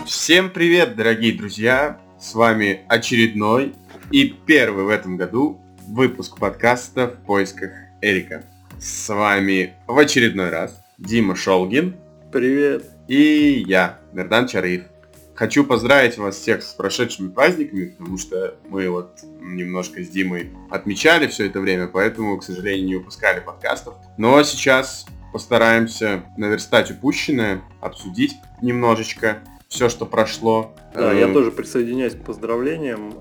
Всем привет, дорогие друзья! С вами очередной и первый в этом году выпуск подкаста «В поисках Эрика». С вами в очередной раз Дима Шолгин. Привет! И я, Мердан Чариев. Хочу поздравить вас всех с прошедшими праздниками, потому что мы немножко с Димой отмечали все это время, поэтому, к сожалению, не выпускали подкастов. Но сейчас постараемся наверстать упущенное, обсудить немножечко все, что прошло. Да, я тоже присоединяюсь к поздравлениям.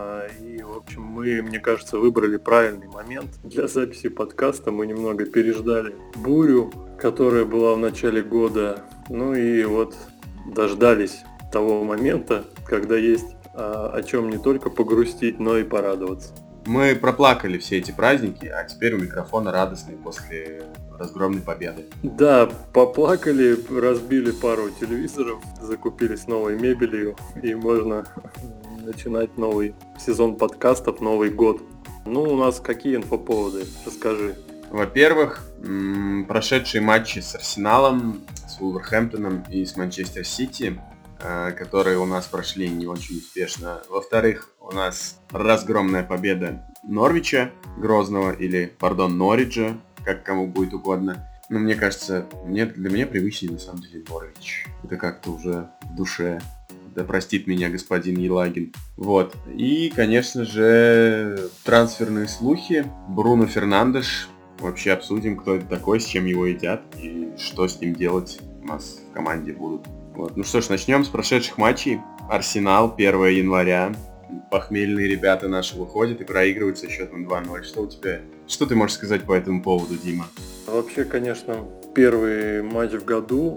И, в общем, мы, мне кажется, выбрали правильный момент для записи подкаста. Мы немного переждали бурю, которая была в начале года. Ну и вот дождались того момента, когда есть о чем не только погрустить, но и порадоваться. Мы проплакали все эти праздники, а теперь у микрофона радостный после разгромной победы. Да, поплакали, разбили пару телевизоров, закупились новой мебелью, и можно начинать новый сезон подкастов, Новый год. Ну, у нас какие инфоповоды? Расскажи. Во-первых, прошедшие матчи с Арсеналом, с Вулверхэмптоном и с Манчестер Сити, которые у нас прошли не очень успешно. Во-вторых, у нас разгромная победа Норвича, Грозного, Норриджа, как кому будет угодно. Но мне кажется, для меня привычнее на самом деле Норвич. Это как-то уже в душе. Да простит меня господин Елагин. Вот. И, конечно же, трансферные слухи. Бруно Фернандеш. Вообще обсудим, кто это такой, с чем его едят и что с ним делать у нас в команде будут. Вот. Ну что ж, начнем с прошедших матчей. Арсенал, 1 января. Похмельные ребята наши выходят и проигрывают со счетом 2-0. Что ты можешь сказать по этому поводу, Дима? Вообще, конечно, первый матч в году,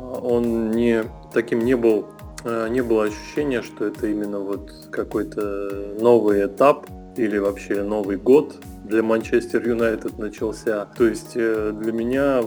он не было ощущения, что это именно вот какой-то новый этап или вообще Новый год для Манчестер Юнайтед начался. То есть для меня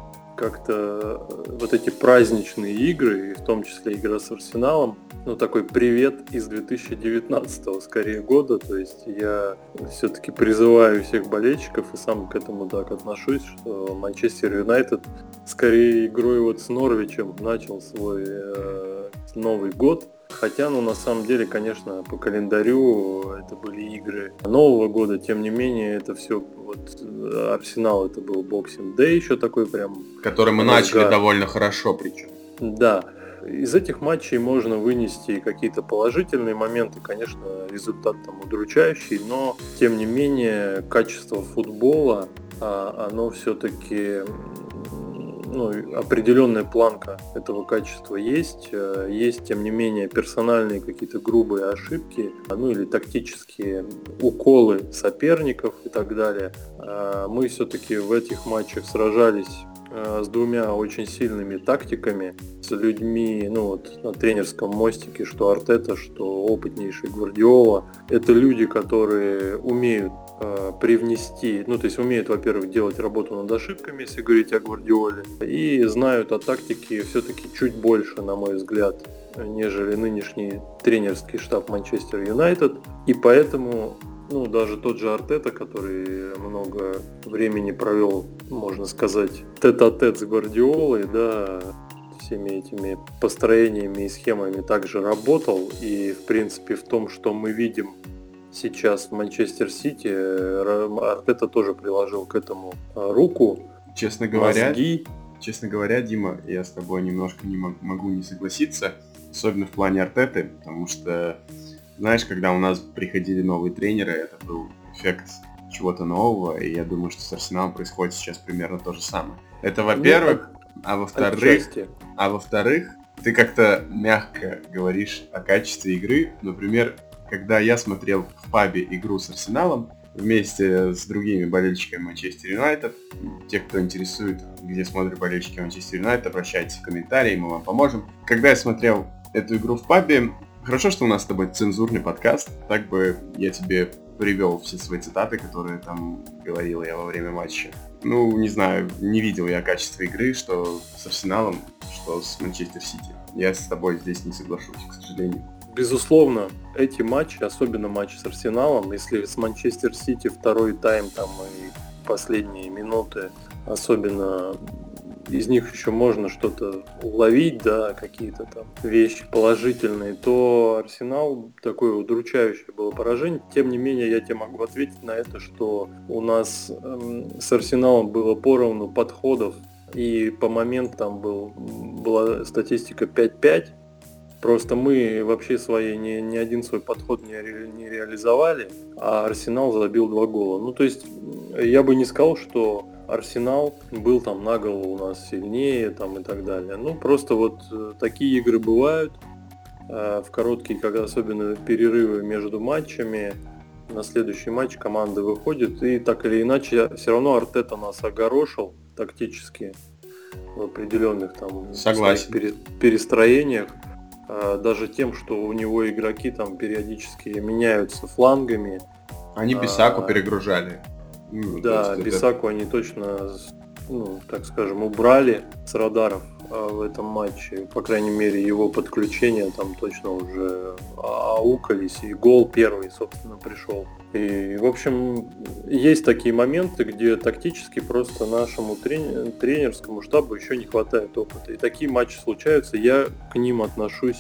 как-то эти праздничные игры, и в том числе игра с Арсеналом, такой привет из 2019 скорее года. То есть я все-таки призываю всех болельщиков и сам к этому так отношусь, что Манчестер Юнайтед скорее игрой с Норвичем начал свой Новый год. Хотя, на самом деле, конечно, по календарю это были игры Нового года, тем не менее, это все, Арсенал это был Boxing Day еще такой прям. Который мы начали довольно хорошо причем. Да. Из этих матчей можно вынести какие-то положительные моменты, конечно, результат там удручающий, но, тем не менее, качество футбола, оно все-таки... определенная планка этого качества есть. Есть, тем не менее, персональные какие-то грубые ошибки, или тактические уколы соперников и так далее. Мы все-таки в этих матчах сражались с двумя очень сильными тактиками, с людьми, на тренерском мостике, что Артета, что опытнейший Гвардиола. Это люди, которые умеют привнести, то есть умеют, во-первых, делать работу над ошибками, если говорить о Гвардиоле, и знают о тактике все-таки чуть больше, на мой взгляд, нежели нынешний тренерский штаб Манчестер Юнайтед. И поэтому, даже тот же Артета, который много времени провел, можно сказать, тет-а-тет с Гвардиолой, да, всеми этими построениями и схемами также работал. И, в принципе, в том, что мы видим сейчас в Манчестер Сити, Артета тоже приложил к этому руку. Честно говоря, Дима, я с тобой немножко не могу не согласиться, особенно в плане Артеты, потому что, знаешь, когда у нас приходили новые тренеры, это был эффект чего-то нового, и я думаю, что с Арсеналом происходит сейчас примерно то же самое. Это во-первых, а во-вторых, ты как-то мягко говоришь о качестве игры. Например, когда я смотрел в пабе игру с Арсеналом вместе с другими болельщиками Манчестер Юнайтед, те, кто интересует, где смотрят болельщики Манчестер Юнайтед, обращайтесь в комментарии, мы вам поможем. Когда я смотрел эту игру в пабе, хорошо, что у нас с тобой цензурный подкаст, так бы я тебе привел все свои цитаты, которые там говорил я во время матча. Не знаю, не видел я качество игры, что с Арсеналом, что с Манчестер Сити. Я с тобой здесь не соглашусь, к сожалению. Безусловно, эти матчи, особенно матч с Арсеналом, если с Манчестер Сити второй тайм там и последние минуты особенно из них еще можно что-то уловить, да, какие-то там вещи положительные, то Арсенал такое удручающее было поражение. Тем не менее, я тебе могу ответить на это, что у нас с Арсеналом было поровну подходов, и по моментам была статистика 5-5. Просто мы вообще ни один свой подход не реализовали, а Арсенал забил 2 гола. Ну, то есть, я бы не сказал, что Арсенал был там на голову у нас сильнее там, и так далее. Ну, просто вот такие игры бывают в короткие, когда особенно перерывы между матчами. На следующий матч команда выходит, и так или иначе, все равно Артета нас огорошил тактически в определенных там перестроениях. Даже тем, что у него игроки там периодически меняются флангами. Они Бисаку перегружали. Да, Бисаку они точно, так скажем, убрали с радаров в этом матче. По крайней мере, его подключения там точно уже аукались, и гол первый, собственно, пришел. И, в общем, есть такие моменты, где тактически просто нашему тренерскому штабу еще не хватает опыта. И такие матчи случаются, я к ним отношусь,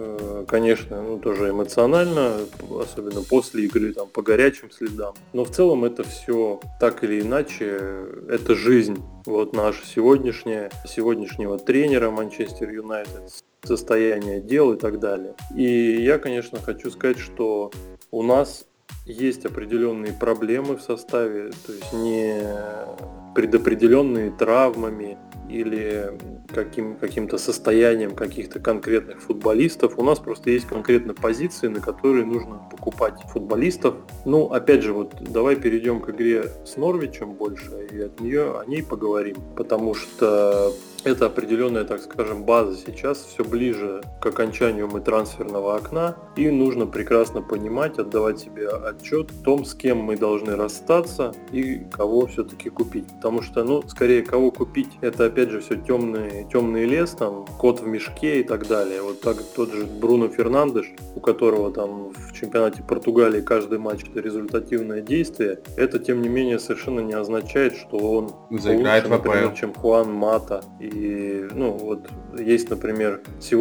конечно, тоже эмоционально, особенно после игры, там, по горячим следам. Но в целом это все так или иначе, это жизнь вот наша сегодняшнего тренера Манчестер Юнайтед, состояние дел и так далее. И я, конечно, хочу сказать, что у нас есть определенные проблемы в составе, то есть не предопределенные травмами или каким-то состоянием каких-то конкретных футболистов. У нас просто есть конкретно позиции, на которые нужно покупать футболистов. Ну, опять же, вот давай перейдем к игре с Норвичем больше, и о ней поговорим, потому что это определенная, так скажем, база сейчас, все ближе к окончанию трансферного окна, и нужно прекрасно понимать, отдавать себе отчет в том, с кем мы должны расстаться и кого все-таки купить. Потому что, скорее, кого купить, это опять же все темный лес, там, кот в мешке и так далее. Вот так тот же Бруно Фернандеш, у которого там в чемпионате Португалии каждый матч это результативное действие, это, тем не менее, совершенно не означает, что он заиграет лучше, например, чем Хуан Мата. И, вот есть, например,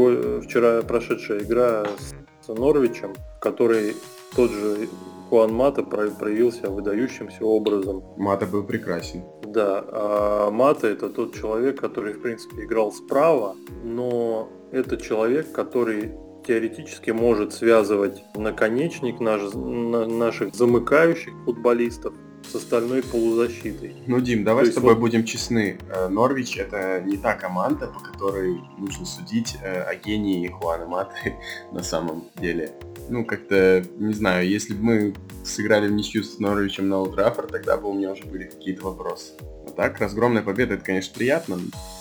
вчера прошедшая игра с Норвичем, в которой тот же Хуан Мата проявился выдающимся образом. Мата был прекрасен. Да, а Мата это тот человек, который, в принципе, играл справа, но это человек, который теоретически может связывать наконечник наших замыкающих футболистов с остальной полузащитой. Дим, давай с тобой будем честны. Норвич это не та команда, по которой нужно судить о гении Хуана Маты на самом деле. Как-то, не знаю, если бы мы сыграли в ничью с Норвичем на Олд Траффорд, тогда бы у меня уже были какие-то вопросы. А так, разгромная победа, это, конечно, приятно,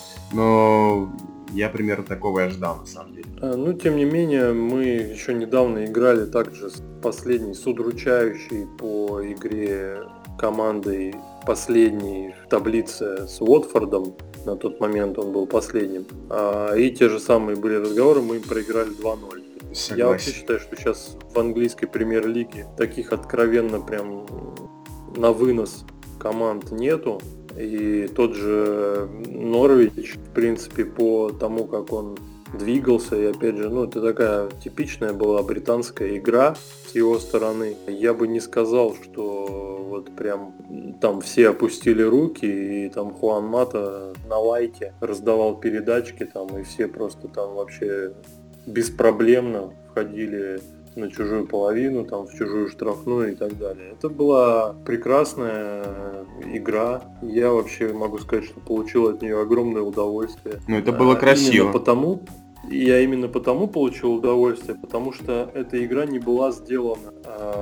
но я примерно такого и ожидал, на самом деле. Тем не менее, мы еще недавно играли также с удручающей по игре командой последней в таблице с Уотфордом. На тот момент он был последним. И те же самые были разговоры, мы им проиграли 2-0. Согласен. Я вообще считаю, что сейчас в английской премьер-лиге таких откровенно прям на вынос команд нету. И тот же Норвич, в принципе, по тому, как он двигался, и опять же, это такая типичная была британская игра с его стороны. Я бы не сказал, что вот прям там все опустили руки, и там Хуан Мата на лайте раздавал передачки, там, и все просто там вообще беспроблемно входили на чужую половину, там, в чужую штрафную и так далее. Это была прекрасная игра. Я вообще могу сказать, что получил от нее огромное удовольствие. Это было красиво. Именно потому получил удовольствие, потому что эта игра не была сделана,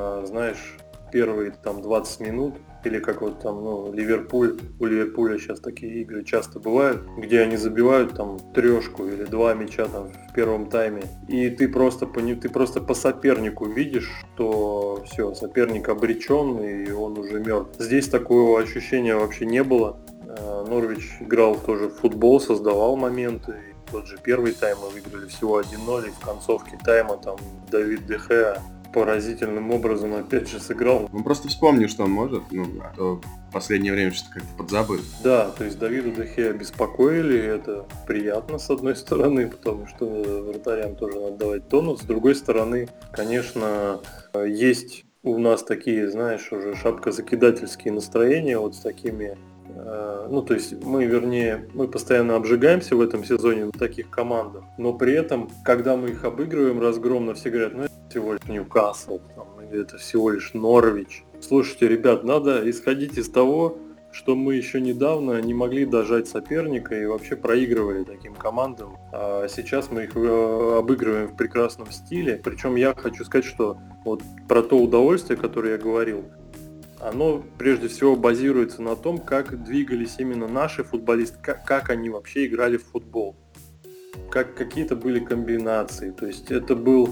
первые там 20 минут, или как вот там, у Ливерпуля сейчас такие игры часто бывают, где они забивают там 3 или 2 мяча там в первом тайме, и ты просто по сопернику видишь, что все, соперник обречен, и он уже мертв. Здесь такого ощущения вообще не было. Норвич играл тоже в футбол, создавал моменты. Тот же первый тайм мы выиграли всего 1-0, и в концовке тайма там Давид де Геа поразительным образом опять же сыграл. Ну просто вспомни, что он может, а то в последнее время что-то как-то подзабыл. Да, то есть Давида де Геа беспокоили, это приятно с одной стороны, потому что вратарям тоже надо давать тонус. С другой стороны, конечно, есть у нас такие, знаешь, уже шапкозакидательские настроения вот с такими. То есть мы постоянно обжигаемся в этом сезоне в таких командах, но при этом, когда мы их обыгрываем разгромно, все говорят, это всего лишь Ньюкасл, это всего лишь Норвич. Слушайте, ребят, надо исходить из того, что мы еще недавно не могли дожать соперника и вообще проигрывали таким командам. А сейчас мы их обыгрываем в прекрасном стиле. Причем я хочу сказать, что вот про то удовольствие, которое я говорил, оно прежде всего базируется на том, как двигались именно наши футболисты, как они вообще играли в футбол, как какие-то были комбинации. То есть это был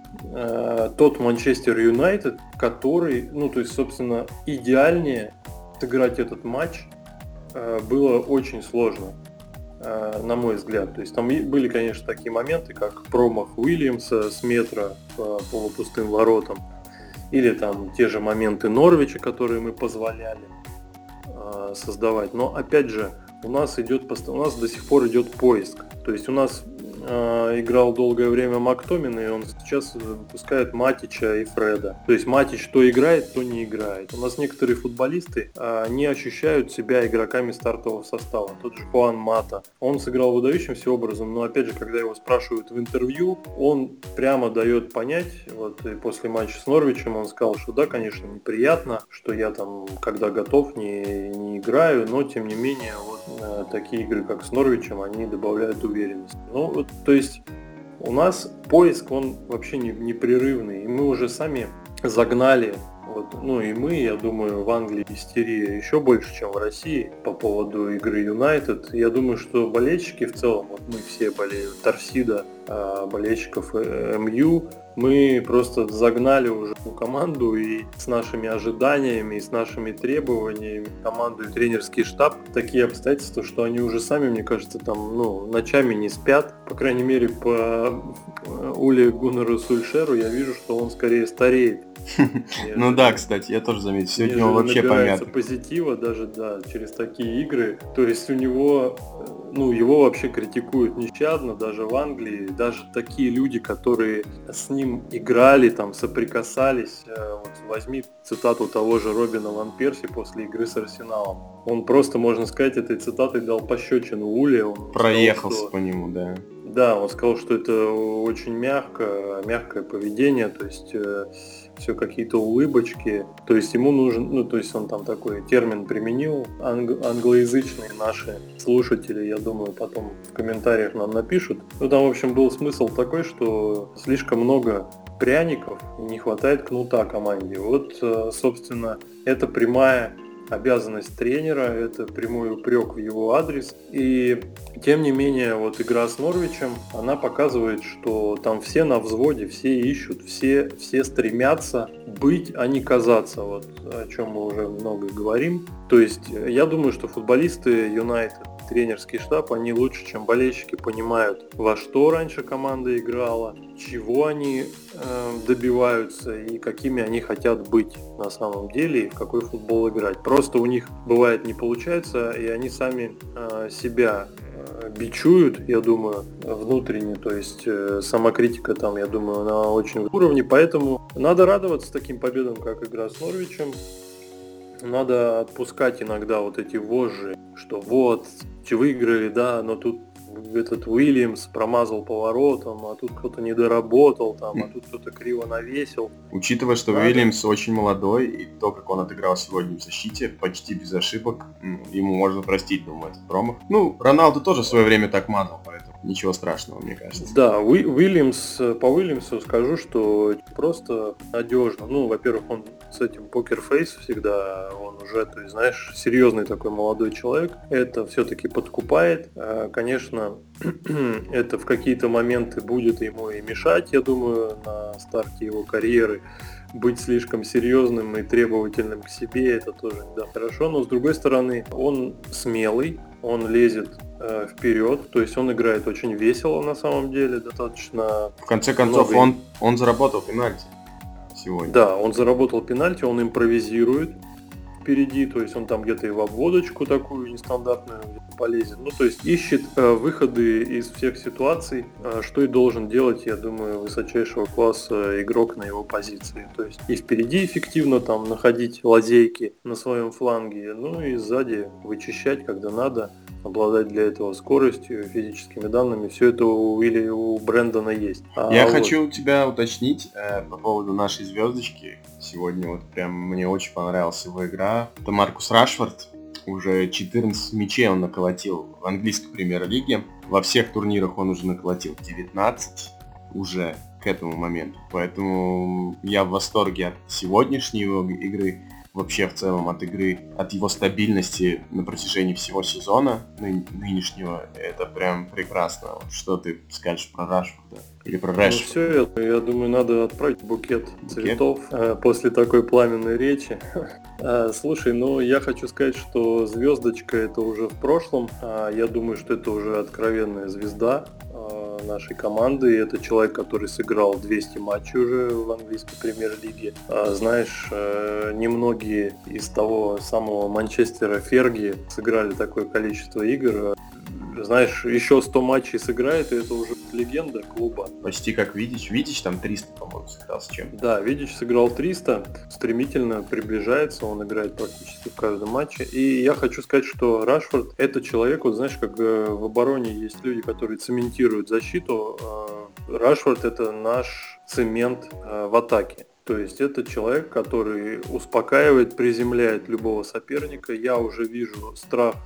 тот Манчестер Юнайтед, который, собственно, идеальнее сыграть этот матч было очень сложно, на мой взгляд. То есть там были, конечно, такие моменты, как промах Уильямса с метра по полупустым воротам, или там те же моменты Норвича, которые мы позволяли создавать. Но опять же, у нас до сих пор идет поиск. То есть у нас играл долгое время Мактомин, и он сейчас выпускает Матича и Фреда. То есть Матич то играет, то не играет. У нас некоторые футболисты не ощущают себя игроками стартового состава. Тот же Хуан Мата. Он сыграл выдающимся образом, но опять же, когда его спрашивают в интервью, он прямо дает понять, вот и после матча с Норвичем он сказал, что да, конечно, неприятно, что я там, когда готов, не играю, но тем не менее, вот такие игры, как с Норвичем, они добавляют уверенности. То есть у нас поиск, он вообще непрерывный, и мы уже сами загнали, и мы, я думаю, в Англии истерия еще больше, чем в России по поводу игры Юнайтед. Я думаю, что болельщики в целом, мы все болеем Торсида, болельщиков МЮ, мы просто загнали уже команду и с нашими ожиданиями, и с нашими требованиями команду и тренерский штаб такие обстоятельства, что они уже сами, мне кажется, там, ночами не спят. По крайней мере, по Уле Гуннару Сульшеру я вижу, что он скорее стареет. Ну да, кстати, я тоже заметил. Сегодня он вообще помят. Позитива даже, да, через такие игры. То есть у него, его вообще критикуют нещадно, даже в Англии. Даже такие люди, которые с ним играли, там, соприкасались. Возьми цитату того же Робина Ван Перси после игры с Арсеналом. Он просто, можно сказать, этой цитатой дал пощечину Уле. Он проехался сказал, по нему, да. Да, он сказал, что это очень мягкое поведение, то есть все какие-то улыбочки, то есть ему нужен, то есть он там такой термин применил, англоязычные наши слушатели, я думаю, потом в комментариях нам напишут. Там, в общем, был смысл такой, что слишком много пряников и не хватает кнута команде. Собственно, это прямая обязанность тренера, это прямой упрек в его адрес. И тем не менее, игра с Норвичем, она показывает, что там все на взводе, все ищут, все стремятся быть, а не казаться, о чем мы уже много говорим. То есть я думаю, что футболисты Юнайтед, тренерский штаб, они лучше, чем болельщики, понимают, во что раньше команда играла, чего они добиваются и какими они хотят быть на самом деле и в какой футбол играть. Просто у них бывает не получается, и они сами себя бичуют, я думаю, внутренне, то есть самокритика там, я думаю, на очень уровне, поэтому надо радоваться таким победам, как игра с Норвичем. Надо отпускать иногда эти вожжи, что выиграли, да, но тут этот Уильямс промазал поворотом, а тут кто-то не доработал, а тут кто-то криво навесил. Учитывая, что Уильямс очень молодой, и то, как он отыграл сегодня в защите, почти без ошибок, ему можно простить, думаю, этот промах. Роналду тоже в свое время так мазал, поэтому ничего страшного, мне кажется. Да, по Уильямсу скажу, что просто надежно. Во-первых, он с этим покерфейс всегда, он уже, то есть, знаешь, серьезный такой молодой человек. Это все-таки подкупает. Конечно, это в какие-то моменты будет ему и мешать, я думаю, на старте его карьеры. Быть слишком серьезным и требовательным к себе, это тоже хорошо, но с другой стороны, он смелый, он лезет вперед, то есть он играет очень весело на самом деле, достаточно. В конце концов, он заработал пенальти сегодня. Да, он заработал пенальти, он импровизирует впереди, то есть он там где-то и в обводочку такую нестандартную полезет. Ну, то есть ищет выходы из всех ситуаций, что и должен делать, я думаю, высочайшего класса игрок на его позиции. То есть и впереди эффективно там находить лазейки на своем фланге, ну и сзади вычищать, когда надо, обладать для этого скоростью, физическими данными. Все это у Брэндона есть. Я хочу тебя уточнить по поводу нашей звездочки. Сегодня вот прям мне очень понравилась его игра. Это Маркус Рашфорд. Уже 14 мячей он наколотил в английской премьер-лиге. Во всех турнирах он уже наколотил 19 уже к этому моменту. Поэтому я в восторге от сегодняшней его игры. Вообще в целом от игры, от его стабильности на протяжении всего сезона нынешнего. Это прям прекрасно. Что ты скажешь про Рашфорда? Или про Рашфорда? Ну все, я думаю, надо отправить букет цветов после такой пламенной речи. Слушай, ну я хочу сказать, что звездочка это уже в прошлом. Я думаю, что это уже откровенная звезда нашей команды. И это человек, который сыграл 200 матчей уже в английской премьер-лиге. Знаешь, немногие из того самого Манчестера Ферги сыграли такое количество игр. Знаешь, еще 100 матчей сыграет, и это уже легенда клуба. Почти как Видич. Видич там 300, по-моему, сыграл с чем-то. Да, Видич сыграл 300, стремительно приближается, он играет практически в каждом матче. И я хочу сказать, что Рашфорд это человек, вот знаешь, как в обороне есть люди, которые цементируют защиту, Рашфорд это наш цемент в атаке. То есть это человек, который успокаивает, приземляет любого соперника. Я уже вижу страх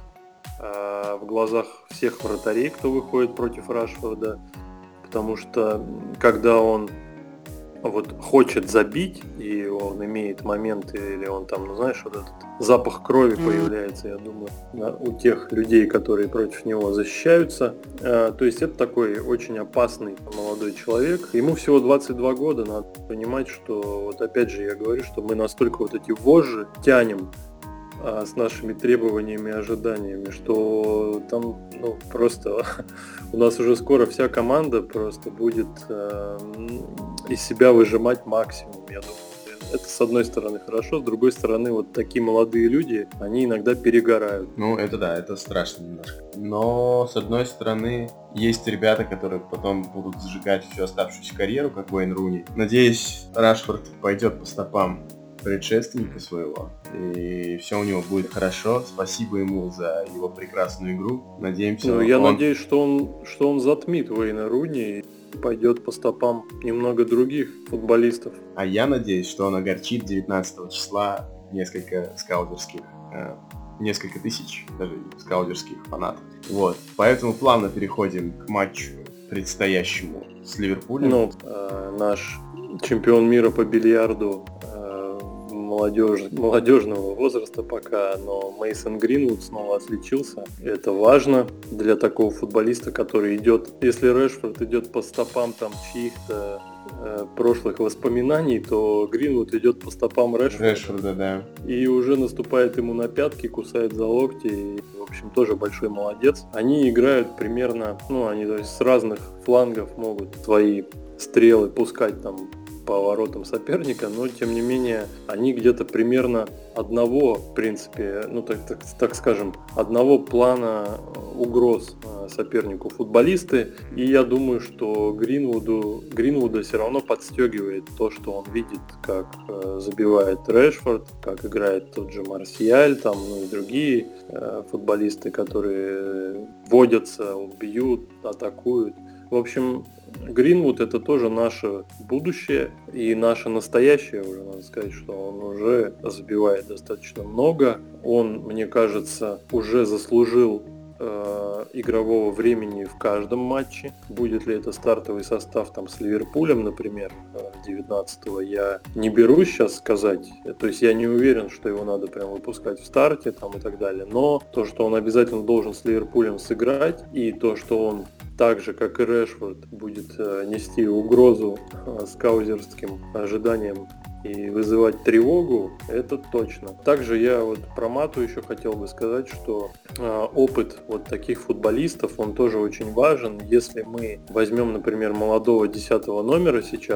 в глазах всех вратарей, кто выходит против Рашфорда, потому что когда он вот хочет забить, и он имеет моменты, или он там, ну знаешь, вот этот запах крови появляется, я думаю, у тех людей, которые против него защищаются. То есть это такой очень опасный молодой человек. Ему всего 22 года, надо понимать, что вот опять же я говорю, что мы настолько вот эти вожжи тянем с нашими требованиями и ожиданиями, что там просто у нас уже скоро вся команда просто будет из себя выжимать максимум, я думаю. Это с одной стороны хорошо, с другой стороны вот такие молодые люди, они иногда перегорают. Ну это да, это страшно немножко. Но с одной стороны есть ребята, которые потом будут зажигать всю оставшуюся карьеру, как Уэйн Руни. Надеюсь, Рашфорд пойдет по стопам предшественника своего, и все у него будет хорошо. Спасибо ему за его прекрасную игру. Надеемся, я надеюсь, что он затмит Уэйна Руни и пойдет по стопам немного других футболистов. А я надеюсь, что он огорчит 19 числа несколько тысяч даже скаудерских фанатов. Вот. Поэтому плавно переходим к матчу предстоящему с Ливерпулем. Наш чемпион мира по бильярду молодежного возраста пока, но Мейсон Гринвуд снова отличился. Это важно для такого футболиста, который идет, если Решфорд идет по стопам там чьих-то прошлых воспоминаний, то Гринвуд идет по стопам Решфорда, да. И уже наступает ему на пятки, кусает за локти, и, в общем, тоже большой молодец. Они играют примерно, они то есть с разных флангов могут свои стрелы пускать там по воротам соперника, но тем не менее они где-то примерно одного, в принципе, так скажем, одного плана угроз сопернику футболисты. И я думаю, что Гринвуда все равно подстегивает то, что он видит, как забивает Решфорд, как играет тот же Марсиаль, там, и другие футболисты, которые водятся, бьют, атакуют. В общем, Гринвуд это тоже наше будущее и наше настоящее уже, надо сказать, что он уже забивает достаточно много. Он, мне кажется, уже заслужил игрового времени в каждом матче. Будет ли это стартовый состав там с Ливерпулем, например, 19-го, я не берусь сейчас сказать. То есть я не уверен, что его надо прям выпускать в старте там и так далее. Но то, что он обязательно должен с Ливерпулем сыграть, и то, что он так же, как и Решфорд, будет нести угрозу скаузерским ожиданиям и вызывать тревогу, это точно. Также я вот про Мату еще хотел бы сказать, что опыт вот таких футболистов, он тоже очень важен. Если мы возьмем, например, молодого 10 номера сейчас,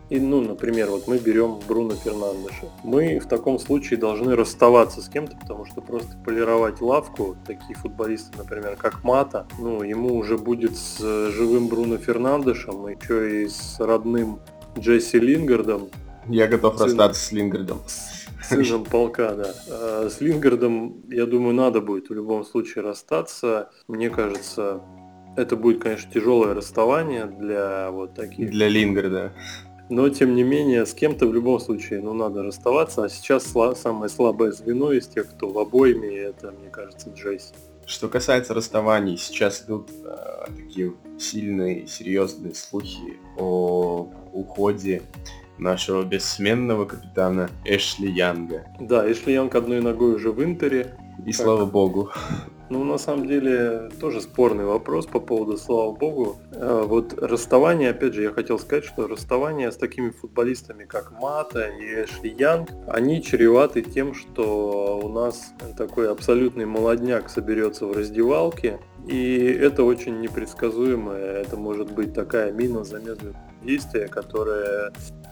И, например, вот мы берем Бруно Фернандеша. Мы в таком случае должны расставаться с кем-то, потому что просто полировать лавку, такие футболисты, например, как Мата, ему уже будет с живым Бруно Фернандешем, еще и с родным Джесси Лингардом. Я готов расстаться с Лингардом. Сыном полка, да. А с Лингардом, я думаю, надо будет в любом случае расстаться. Мне кажется, это будет, конечно, тяжелое расставание для вот таких. Для Лингарда. Но, тем не менее, с кем-то в любом случае, надо расставаться. А сейчас самое слабое звено из тех, кто в обойме, это, мне кажется, Джесси. Что касается расставаний, сейчас идут такие сильные, серьезные слухи о уходе нашего бессменного капитана Эшли Янга. Да, Эшли Янг одной ногой уже в Интере. И слава богу. На самом деле, тоже спорный вопрос по поводу «слава богу». Вот расставание, опять же, я хотел сказать, что расставание с такими футболистами, как Мата и Эшли Янг, они чреваты тем, что у нас такой абсолютный молодняк соберется в раздевалке, и это очень непредсказуемо. Это может быть такая мина замедленного действия, которая...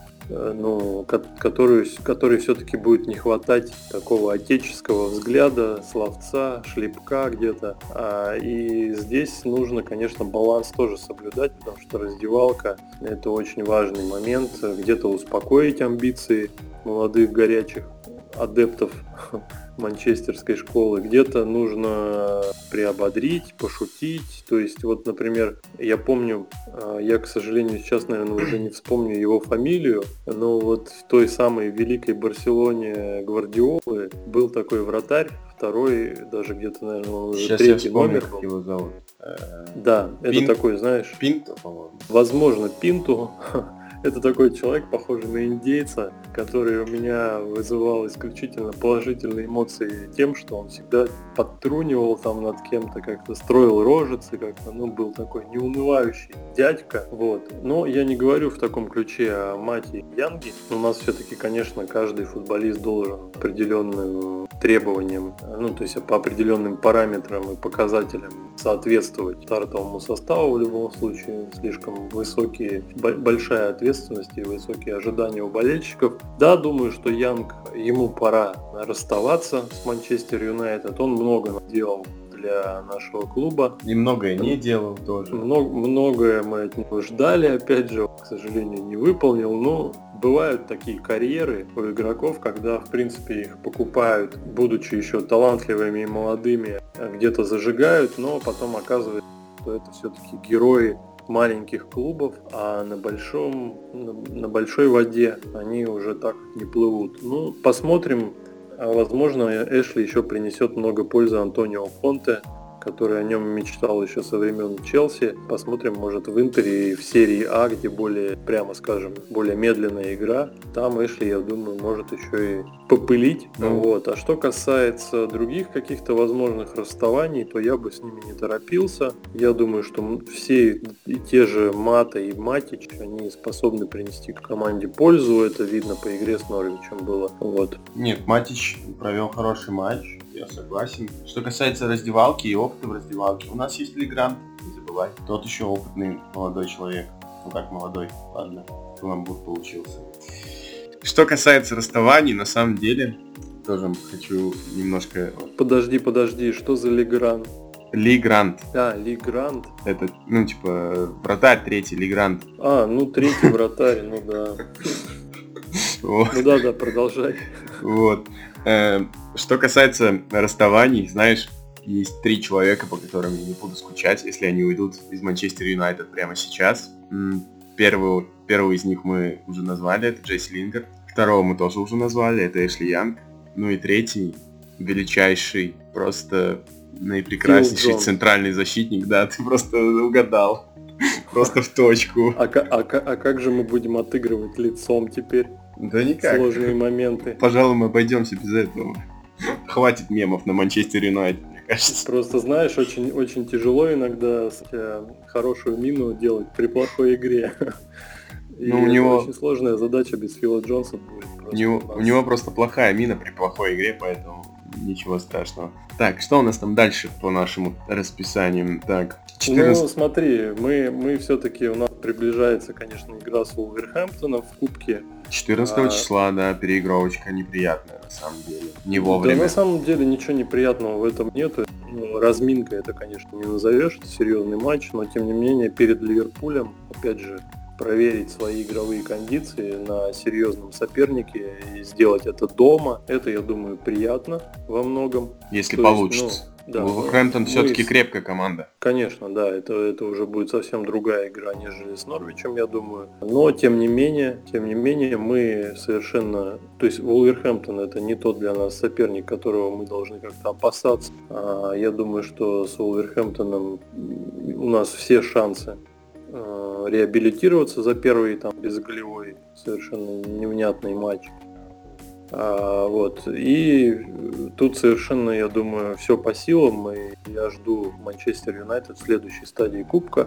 которой все-таки будет не хватать такого отеческого взгляда, словца, шлепка где-то. И здесь нужно, конечно, баланс тоже соблюдать, потому что раздевалка – это очень важный момент. Где-то успокоить амбиции молодых горячих адептов манчестерской школы, где-то нужно приободрить, пошутить. То есть, вот, например, я помню, я, к сожалению, сейчас, наверное, уже не вспомню его фамилию, но вот в той самой великой Барселоне Гвардиолы был такой вратарь, второй, даже где-то, наверное, уже сейчас третий номер был. Как его зовут. Да, это такой, знаешь... Пинто, по-моему. Возможно, Пинто. Это такой человек, похожий на индейца, который у меня вызывал исключительно положительные эмоции тем, что он всегда подтрунивал там над кем-то, как-то строил рожицы, как-то, был такой неунывающий дядька, вот. Но я не говорю в таком ключе о Мате и Янге. У нас все-таки, конечно, каждый футболист должен определенным требованиям, то есть по определенным параметрам и показателям соответствовать стартовому составу в любом случае. Слишком большая ответственность и высокие ожидания у болельщиков. Да, думаю, что Янг, ему пора расставаться с Манчестер Юнайтед. Он много делал для нашего клуба. И многое не делал тоже. Многое мы от него ждали, опять же, к сожалению, не выполнил. Но бывают такие карьеры у игроков, когда, в принципе, их покупают, будучи еще талантливыми и молодыми, где-то зажигают, но потом оказывается, что это все-таки герои маленьких клубов, а на большой воде они уже так не плывут. Посмотрим. Возможно, Эшли еще принесет много пользы Антонио Конте, который о нем мечтал еще со времен Челси. Посмотрим, может, в Интере и в серии А, где более, прямо скажем, более медленная игра, там Эшли, я думаю, может еще и попылить. Вот. А что касается других каких-то возможных расставаний, то я бы с ними не торопился. Я думаю, что все и те же Мата и Матич, они способны принести команде пользу. Это видно по игре с Норвичем было. Вот. Нет, Матич провел хороший матч. Я согласен. Что касается раздевалки и опыта в раздевалке, у нас есть Легранд, не забывай. Тот еще опытный молодой человек. Как молодой, ладно, каламбур получился. Что касается расставаний, на самом деле, тоже хочу немножко... Подожди, что за Легранд? Легранд. Легранд. Это, вратарь третий, Легранд. Третий вратарь, да. Да, продолжай. Вот. Что касается расставаний, знаешь, есть 3 человека, по которым я не буду скучать, если они уйдут из Манчестер Юнайтед прямо сейчас. Первого из них мы уже назвали, это Джесси Лингард. Второго мы тоже уже назвали, это Эшли Янг. И третий, величайший, просто наипрекраснейший центральный защитник, да, ты просто угадал. Просто в точку. А как же мы будем отыгрывать лицом теперь? Да никак. Сложные моменты. Пожалуй, мы обойдемся без этого. Хватит мемов на Манчестер Юнайтед, мне кажется. Просто, знаешь, очень, очень тяжело иногда хорошую мину делать при плохой игре. И у него очень сложная задача без Фила Джонса будет. У него просто плохая мина при плохой игре, поэтому ничего страшного. Так, что у нас там дальше по нашему расписанию? Так, 14... смотри, мы все-таки, у нас приближается, конечно, игра с Вулверхэмптоном в Кубке. 14 числа, да, переигровочка неприятная, на самом деле. Не Да, вовремя. на самом деле ничего неприятного в этом нету. Разминка это, конечно, не назовешь, это серьезный матч, но тем не менее перед Ливерпулем, опять же, проверить свои игровые кондиции на серьезном сопернике и сделать это дома, это, я думаю, приятно во многом. Если получится. Вулверхэмптон все-таки крепкая команда. Конечно, да, это уже будет совсем другая игра, нежели с Норвичем, я думаю. Но, тем не менее, мы совершенно... То есть Вулверхэмптон это не тот для нас соперник, которого мы должны как-то опасаться. Я думаю, что с Вулверхэмптоном у нас все шансы реабилитироваться за первый там безголевой, совершенно невнятный матч. И тут совершенно, я думаю, все по силам, и я жду Манчестер Юнайтед в следующей стадии Кубка.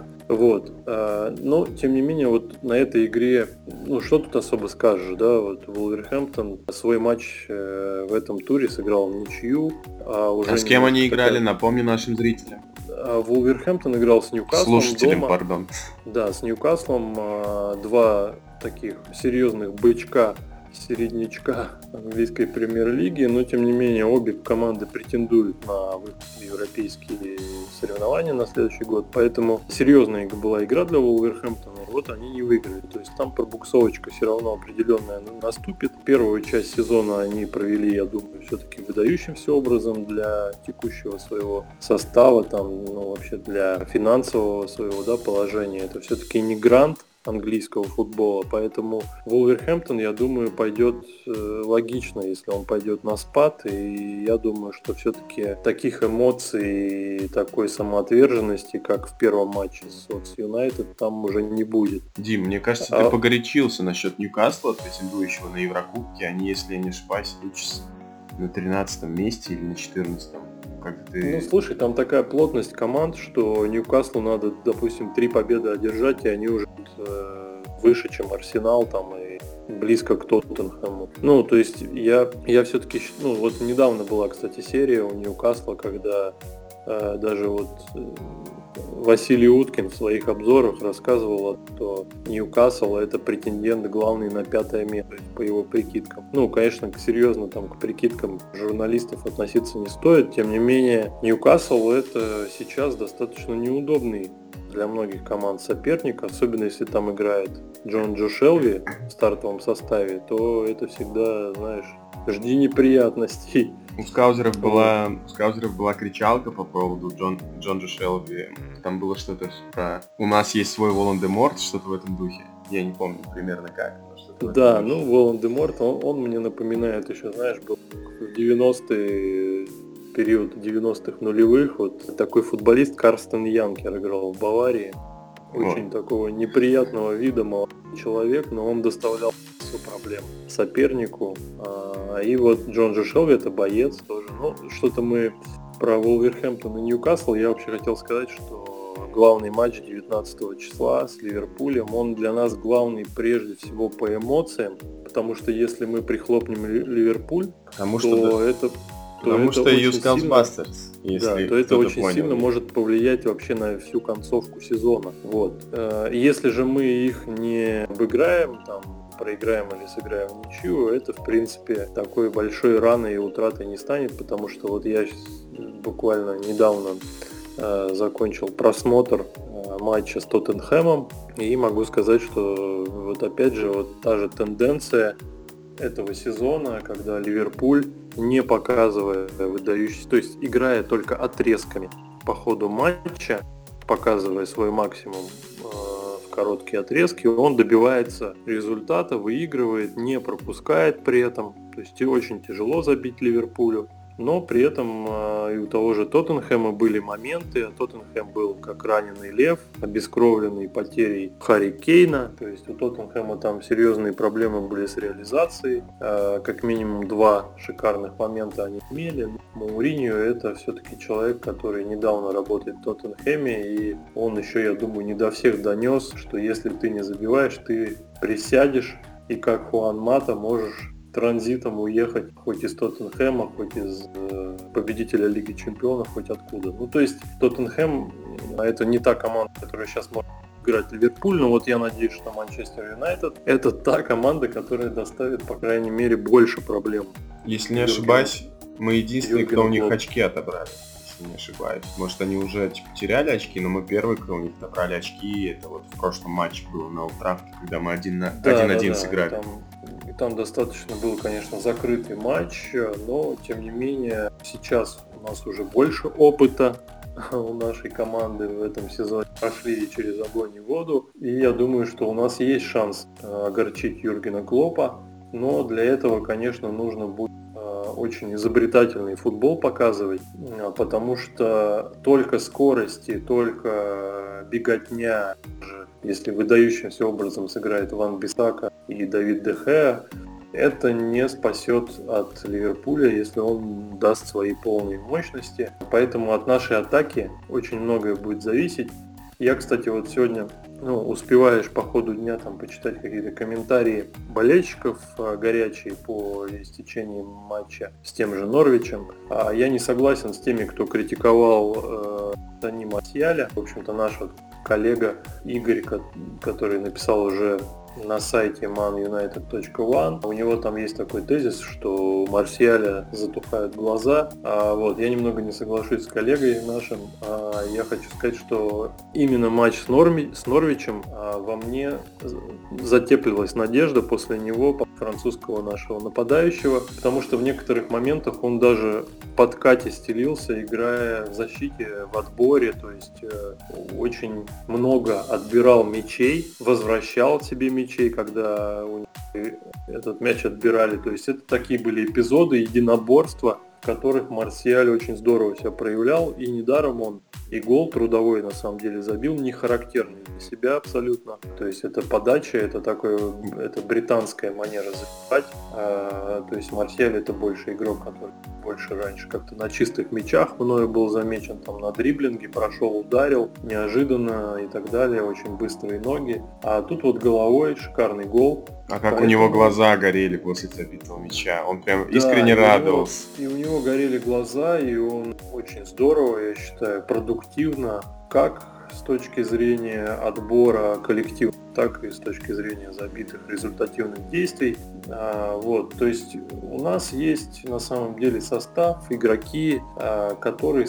Но, тем не менее, вот на этой игре, что тут особо скажешь, да, Вулверхэмптон свой матч в этом туре сыграл в ничью. С кем они играли, напомню нашим зрителям. Вулверхэмптон играл с Ньюкаслом Слушателям, дома. пардон. Да, с Ньюкаслом, два таких серьезных бычка, середнячка английской премьер-лиги, но тем не менее обе команды претендуют на выход в европейские соревнования на следующий год, поэтому серьезная была игра для Вулверхэмптона, и они не выиграли, то есть там пробуксовочка все равно определенная наступит. Первую часть сезона они провели, я думаю, все-таки выдающимся образом для текущего своего состава, вообще для финансового своего положения, это все-таки не грант английского футбола, поэтому Вулверхэмптон, я думаю, пойдет логично, если он пойдет на спад, и я думаю, что все-таки таких эмоций и такой самоотверженности, как в первом матче с Юнайтед, там уже не будет. Дим, мне кажется, ты погорячился насчет Ньюкасла, претендующего на Еврокубки, они, если я не ошибаюсь, на 13-м месте или на 14-м. Слушай, там такая плотность команд, что Ньюкаслу надо, допустим, 3 победы одержать, и они уже выше, чем Арсенал, и близко к Тоттенхэму. То есть я все-таки, недавно была, кстати, серия у Ньюкасла, когда даже Василий Уткин в своих обзорах рассказывал, что Ньюкасл это претендент главный на 5-е место по его прикидкам. Конечно, серьезно к прикидкам журналистов относиться не стоит, тем не менее Ньюкасл это сейчас достаточно неудобный для многих команд соперник, особенно если там играет Джо Шелви в стартовом составе, то это всегда, жди неприятностей. У скаузеров была кричалка по поводу Джо Шелви. Там было что-то про «У нас есть свой Волан-де-Морт», что-то в этом духе. Я не помню примерно как. Да, Волан-де-Морт, он мне напоминает еще, был в 90-е, период 90-х нулевых, такой футболист Карстен Янкер играл в Баварии. Очень такого неприятного вида молодой человек, но он доставлял массу проблем сопернику. И Джон Шелви это боец тоже. Что-то мы про Вулверхэмптон и Ньюкасл, я вообще хотел сказать, что главный матч 19 числа с Ливерпулем, он для нас главный прежде всего по эмоциям, потому что если мы прихлопнем Ливерпуль, Потому что Юскалс Бастерс, то это очень сильно может повлиять вообще на всю концовку сезона. Если же мы их не обыграем, проиграем или сыграем в ничью, это в принципе такой большой раной и утратой не станет, потому что я буквально недавно закончил просмотр матча с Тоттенхэмом и могу сказать, что опять же та же тенденция этого сезона, когда Ливерпуль, не показывая выдающийся, то есть играя только отрезками по ходу матча, показывая свой максимум в короткие отрезки, он добивается результата, выигрывает, не пропускает при этом, то есть и очень тяжело забить Ливерпулю. Но при этом и у того же Тоттенхэма были моменты, а Тоттенхэм был как раненый лев, обескровленный потерей Харри Кейна, то есть у Тоттенхэма там серьезные проблемы были с реализацией, как минимум 2 шикарных момента они имели. Мауриньо это все-таки человек, который недавно работает в Тоттенхэме, и он еще, я думаю, не до всех донес, что если ты не забиваешь, ты присядешь и как Хуан Мата можешь транзитом уехать хоть из Тоттенхэма, хоть из победителя Лиги Чемпионов, хоть откуда. То есть Тоттенхэм это не та команда, которая сейчас может играть Ливерпуль, но вот я надеюсь, что Манчестер Юнайтед это та команда, которая доставит, по крайней мере, больше проблем. Если не ошибаюсь, мы единственные, кто у них очки отобрали. Если не ошибаюсь. Может, они уже теряли очки, но мы первые, кто у них отобрали очки. Это вот в прошлом матче было на Олд Траффорде, когда мы 1-1 сыграли. Там достаточно был, конечно, закрытый матч, но, тем не менее, сейчас у нас уже больше опыта у нашей команды в этом сезоне. Прошли через огонь и воду, и я думаю, что у нас есть шанс огорчить Юргена Клоппа, но для этого, конечно, нужно будет очень изобретательный футбол показывать, потому что только скорости, только беготня, если выдающимся образом сыграет Ван Бисака и Давид де Геа, это не спасет от Ливерпуля, если он даст свои полные мощности. Поэтому от нашей атаки очень многое будет зависеть. Я, кстати, вот сегодня успеваешь по ходу дня там почитать какие-то комментарии болельщиков горячие по истечении матча с тем же Норвичем. А я не согласен с теми, кто критиковал Дани Марсиаля. В общем-то, наш коллега Игорь, который написал уже на сайте manunited.one. У него там есть такой тезис, что у Марсиаля затухают глаза. Я немного не соглашусь с коллегой нашим. Я хочу сказать, что именно матч с Норвичем во мне затеплилась надежда после него французского нашего нападающего, потому что в некоторых моментах он даже в подкате стелился, играя в защите, в отборе, то есть очень много отбирал мячей, возвращал себе мячей, когда этот мяч отбирали. То есть это такие были эпизоды единоборства, в которых Марсиаль очень здорово себя проявлял, и недаром он и гол трудовой на самом деле забил, не характерный для себя абсолютно. То есть это подача, это британская манера забивать. То есть Марсиаль это больше игрок, который больше раньше как-то на чистых мячах мною был замечен, там на дриблинге, прошел, ударил, неожиданно и так далее, очень быстрые ноги. А тут вот головой шикарный гол. А как у него глаза горели после забитого мяча, он прям искренне радовался. И у него горели глаза, и он очень здорово, я считаю, продуктивно, как с точки зрения отбора коллектива, так и с точки зрения забитых результативных действий. То есть у нас есть на самом деле состав, игроки, которые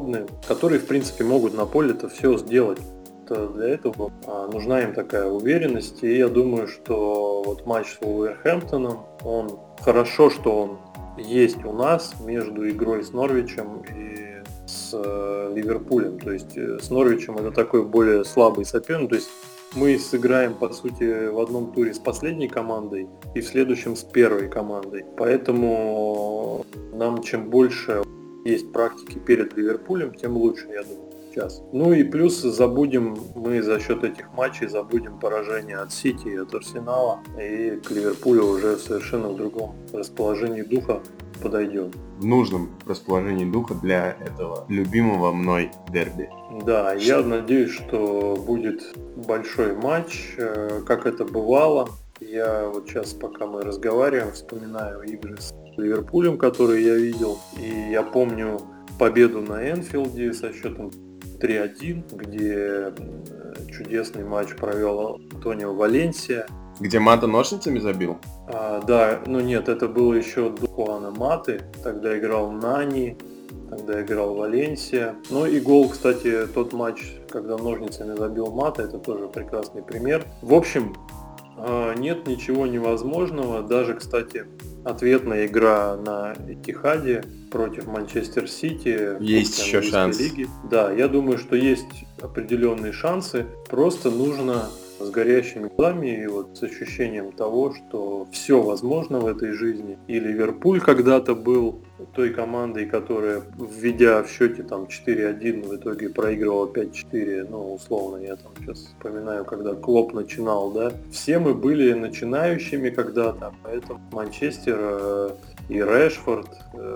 в принципе могут на поле это все сделать. Для этого нужна им такая уверенность, и я думаю, что вот матч с Вулверхэмптоном, он хорошо, что он есть у нас между игрой с Норвичем и с Ливерпулем. То есть с Норвичем это такой более слабый соперник, то есть мы сыграем, по сути, в одном туре с последней командой и в следующем с первой командой. Поэтому нам чем больше есть практики перед Ливерпулем, тем лучше, я думаю. Сейчас. И плюс мы за счет этих матчей забудем поражение от Сити и от Арсенала, и к Ливерпулю уже совершенно в другом расположении духа подойдем. В нужном расположении духа для этого любимого мной дерби. Да, я надеюсь, что будет большой матч, как это бывало. Я вот сейчас, пока мы разговариваем, вспоминаю игры с Ливерпулем, которые я видел, и я помню победу на Энфилде со счетом 3-1, где чудесный матч провел Антонио Валенсия. Где Мата ножницами забил? Нет, это было еще до Хуана Маты. Тогда играл Нани, тогда играл Валенсия. И гол, кстати, тот матч, когда ножницами забил Мата, это тоже прекрасный пример. В общем, нет ничего невозможного. Даже, кстати, ответная игра на Этихаде против Манчестер Сити. Есть еще шанс. Лиги. Да, я думаю, что есть определенные шансы. Просто нужно с горящими глазами и вот с ощущением того, что все возможно в этой жизни. И Ливерпуль когда-то был той командой, которая, введя в счете там 4-1, в итоге проигрывала 5-4, условно, я там сейчас вспоминаю, когда Клопп начинал, да. Все мы были начинающими когда-то, поэтому Манчестер и Решфорд,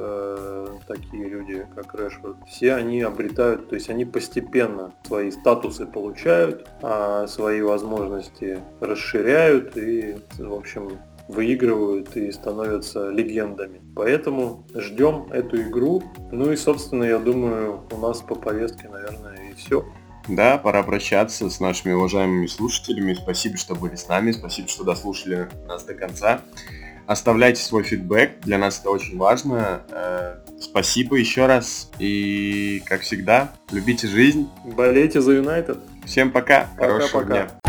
такие люди, как Решфорд, все они обретают, то есть они постепенно свои статусы получают, свои возможности расширяют и, в общем, выигрывают и становятся легендами. Поэтому ждем эту игру. И, собственно, я думаю, у нас по повестке, наверное, и все. Да, пора прощаться с нашими уважаемыми слушателями. Спасибо, что были с нами, спасибо, что дослушали нас до конца. Оставляйте свой фидбэк, для нас это очень важно. Спасибо еще раз. И, как всегда, любите жизнь. Болейте за Юнайтед. Всем пока, хорошего Пока-пока. дня.